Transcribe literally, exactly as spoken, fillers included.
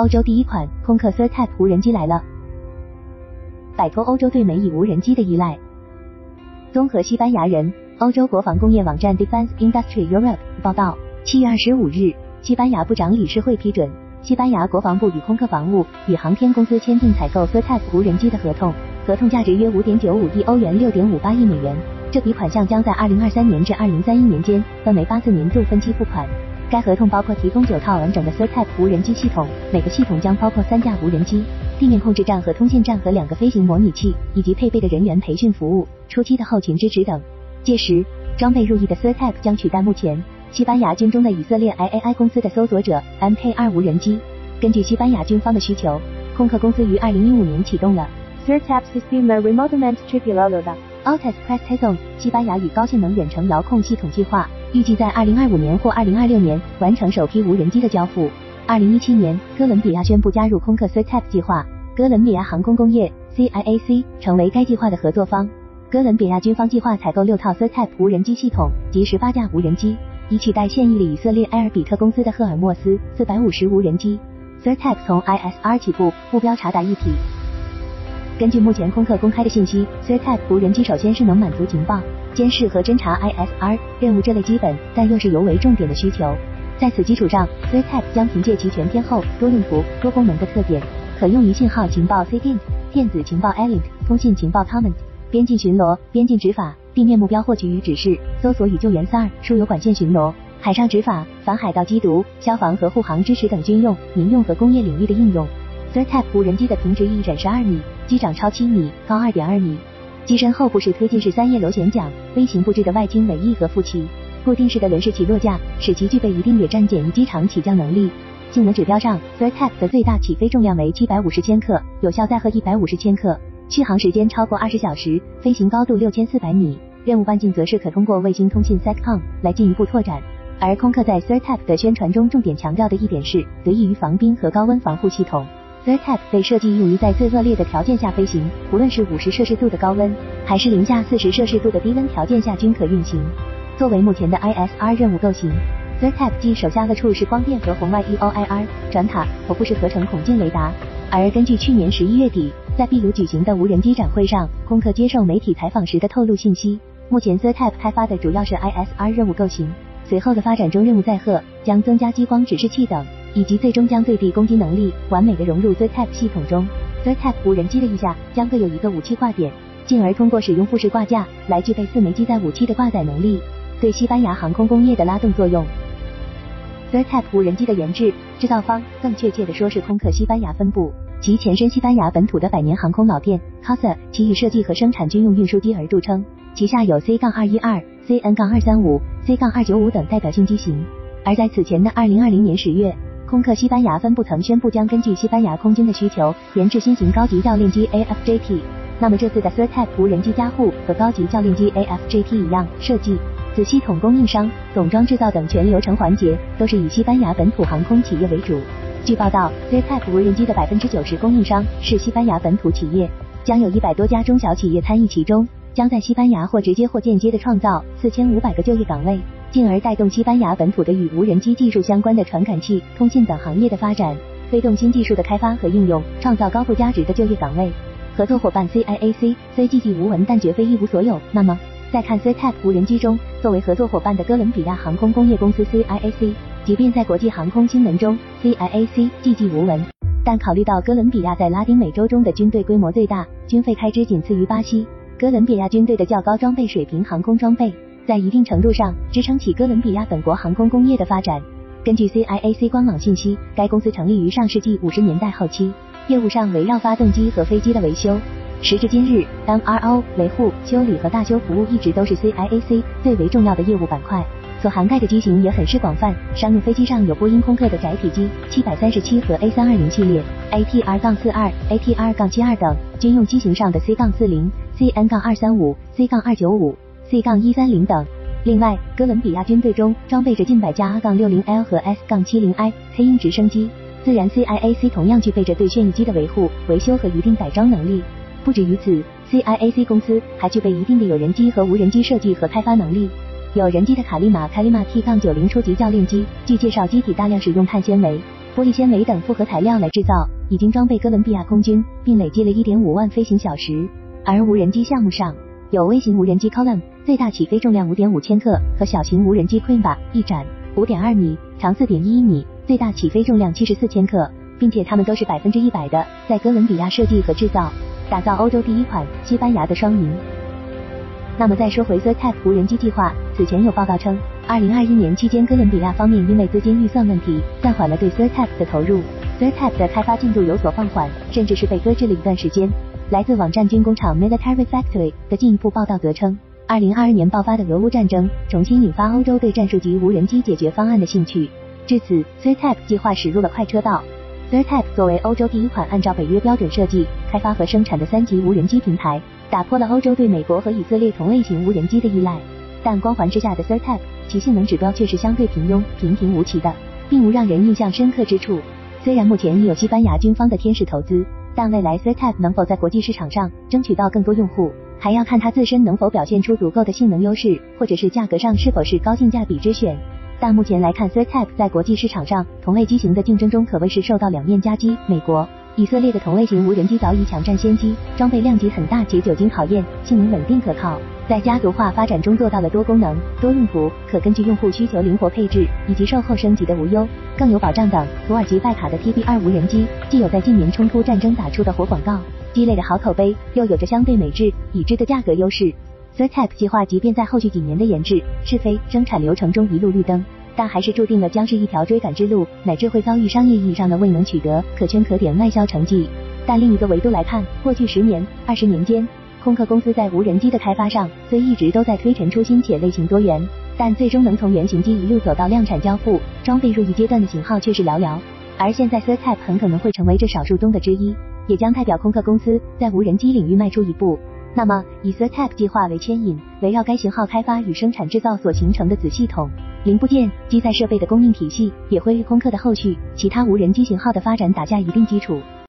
欧洲第一款空客 Third Type 无人机来了，摆脱欧洲对美以无人机的依赖。综合西班牙人、欧洲国防工业网站 Defense Industry Europe 报道，七月二十五日，西班牙部长理事会批准，西班牙国防部与空客防务与航天公司签订采购 Third Type 无人机的合同，合同价值约 五点九五亿欧元 六点五八亿美元。这笔款项将在二零二三年至二零三一年间分为八次年度分期付款。该合同包括提供九套完整的 Third Type 无人机系统，每个系统将包括三架无人机、地面控制站和通信站和两个飞行模拟器，以及配备的人员培训服务、初期的后勤支持等。届时，装备入役的 Third Type 将取代目前西班牙军中的以色列 I A I 公司的搜索者 M K 二 无人机。根据西班牙军方的需求，空客公司于二零一五年启动了 Third Type Sistema Remotamente Tripulado 的 Altes Prestação 西班牙语高性能远程遥控系统计划，预计在二零二五年或二零二六年完成首批无人机的交付。二零一七年，哥伦比亚宣布加入空客 Third Type 计划，哥伦比亚航空工业 C I A C 成为该计划的合作方。哥伦比亚军方计划采购六套 Third Type 无人机系统及十八架无人机，以取代现役的以色列埃尔比特公司的赫尔墨斯四百五十无人机。Third Type 从 I S R 起步，目标查达一体。根据目前空客公开的信息 ，Third Type 无人机首先是能满足情报、监视和侦察 I S R 任务这类基本但又是尤为重点的需求。在此基础上 ，Third Type 将凭借其全天候、多用途、多功能的特点，可用于信号情报 C D I N T、电子情报 E L I N T、通信情报 Command、边境巡逻、边境执法、地面目标获取与指示、搜索与救援 S A R、输油管线巡逻、海上执法、反海盗缉毒、消防和护航支持等军用、民用和工业领域的应用。Third Type 无人机的平直翼展十二米，机长超七米，高 二点二米。机身后部是推进式三叶螺旋桨，微型布置的外倾尾翼和副鳍，固定式的轮式起落架，使其具备一定野战简易机场起降能力。性能指标上 ，Third Type 的最大起飞重量为七百五十千克，有效载荷一百五十千克，续航时间超过二十小时，飞行高度六千四百米。任务半径则是可通过卫星通信 SATCOM 来进一步拓展。而空客在 Third Type 的宣传中重点强调的一点是，得益于防冰和高温防护系统。Third Type 被设计用于在最恶劣的条件下飞行，无论是五十摄氏度的高温，还是零下四十摄氏度的低温条件下均可运行。作为目前的 I S R 任务构型 ，Third Type 既手下的处是光电和红外 E O I R 转塔，头部是合成孔径雷达。而根据去年十一月底在秘鲁举行的无人机展会上，空客接受媒体采访时的透露信息，目前 Third Type 开发的主要是 I S R 任务构型，随后的发展中任务载荷将增加激光指示器等，以及最终将最低攻击能力完美的融入 Third Type 系统中。Third Type 无人机的翼下将各有一个武器挂点，进而通过使用副式挂架来具备四枚机载武器的挂载能力，对西班牙航空工业的拉动作用。Third Type 无人机的研制、制造方，更确切的说是空客西班牙分部，其前身西班牙本土的百年航空老店 C A S A， 其以设计和生产军用运输机而著称，旗下有 C 二一二、C N 二三五、C 二九五等代表性机型。而在此前的二零二零年十月，空客西班牙分部曾宣布将根据西班牙空军的需求研制新型高级教练机 A F J T。那么这次的 Third Type 无人机加护和高级教练机 A F J T 一样，设计、子系统供应商、总装制造等全流程环节都是以西班牙本土航空企业为主。据报道 ，Third Type 无人机的 百分之九十 供应商是西班牙本土企业，将有一百多家中小企业参与其中，将在西班牙或直接或间接的创造四千五百个就业岗位，进而带动西班牙本土的与无人机技术相关的传感器、通信等行业的发展，推动新技术的开发和应用，创造高附加值的就业岗位。合作伙伴 C I A C 虽寂寂无闻，但绝非一无所有。那么，在看 Third Type 无人机中，作为合作伙伴的哥伦比亚航空工业公司 C I A C， 即便在国际航空新闻中 C I A C 寂寂无闻，但考虑到哥伦比亚在拉丁美洲中的军队规模最大，军费开支仅次于巴西，哥伦比亚军队的较高装备水平航空装备，在一定程度上支撑起哥伦比亚本国航空工业的发展。根据 C I A C 官网信息，该公司成立于上世纪五十年代后期，业务上围绕发动机和飞机的维修。时至今日 ，M R O 维护、修理和大修服务一直都是 C I A C 最为重要的业务板块，所涵盖的机型也很是广泛。商用飞机上有波音空客的载体机七百三十七和 A 三二零系列、A T R 四二、A T R 七二等；军用机型上的 C 四零、C N 二三五、C 二九五、C 一三零等。另外，哥伦比亚军队中装备着近百架 A 六十 L 和 S 七十 I 黑鹰直升机，自然 C I A C 同样具备着对旋翼机的维护、维修和一定改装能力。不止于此 ，C I A C 公司还具备一定的有人机和无人机设计和开发能力。有人机的卡利马卡利马 T 九十初级教练机，据介绍机体大量使用碳纤维， 玻璃纤维等复合材料来制造，已经装备哥伦比亚空军，并累积了 一点五万飞行小时。而无人机项目上，有微型无人机 Column， 最大起飞重量 五点五千克，和小型无人机 Quimba， 翼展 五点二米，长 四点一一米，最大起飞重量七十四千克，并且它们都是百分之一百的在哥伦比亚设计和制造，打造欧洲第一款西班牙的双赢。那么再说回 Zertap 无人机计划，此前有报道称，二零二一年期间哥伦比亚方面因为资金预算问题，暂缓了对 Zertap 的投入 ，Zertap 的开发进度有所放缓，甚至是被搁置了一段时间。来自网站军工厂 Military Factory 的进一步报道则称，二零二二年爆发的俄乌战争重新引发欧洲对战术级无人机解决方案的兴趣，至此 Zertap 计划驶入了快车道。Zertap 作为欧洲第一款按照北约标准设计、开发和生产的三级无人机平台，打破了欧洲对美国和以色列同类型无人机的依赖。但光环之下的 Zertap， 其性能指标却是相对平庸、平平无奇的，并无让人印象深刻之处。虽然目前已有西班牙军方的天使投资，但未来 Zertap 能否在国际市场上争取到更多用户，还要看它自身能否表现出足够的性能优势，或者是价格上是否是高性价比之选。但目前来看 Zertap 在国际市场上同类机型的竞争中可谓是受到两面夹击，美国、以色列的同类型无人机早已抢占先机，装备量级很大且久经考验，性能稳定可靠，在家族化发展中做到了多功能、多用途，可根据用户需求灵活配置，以及售后升级的无忧、更有保障等。土耳其拜卡的 T B 二 无人机既有在近年冲突战争打出的活广告，积累的好口碑，又有着相对美制、已知的价格优势。Zertap 计划即便在后续几年的研制、试飞、生产流程中一路绿灯，但还是注定了将是一条追赶之路，乃至会遭遇商业意义上的未能取得可圈可点外销成绩。但另一个维度来看，过去十年、二十年间，空客公司在无人机的开发上虽一直都在推陈出新且类型多元，但最终能从原型机一路走到量产交付、装备入役阶段的型号却是寥寥。而现在 Zertap 很可能会成为这少数中的之一，也将代表空客公司在无人机领域迈出一步。那么，以 Zertap 计划为牵引，围绕该型号开发与生产制造所形成的子系统、零部件、机载设备的供应体系，也会为空客的后续其他无人机型号的发展打下一定基础。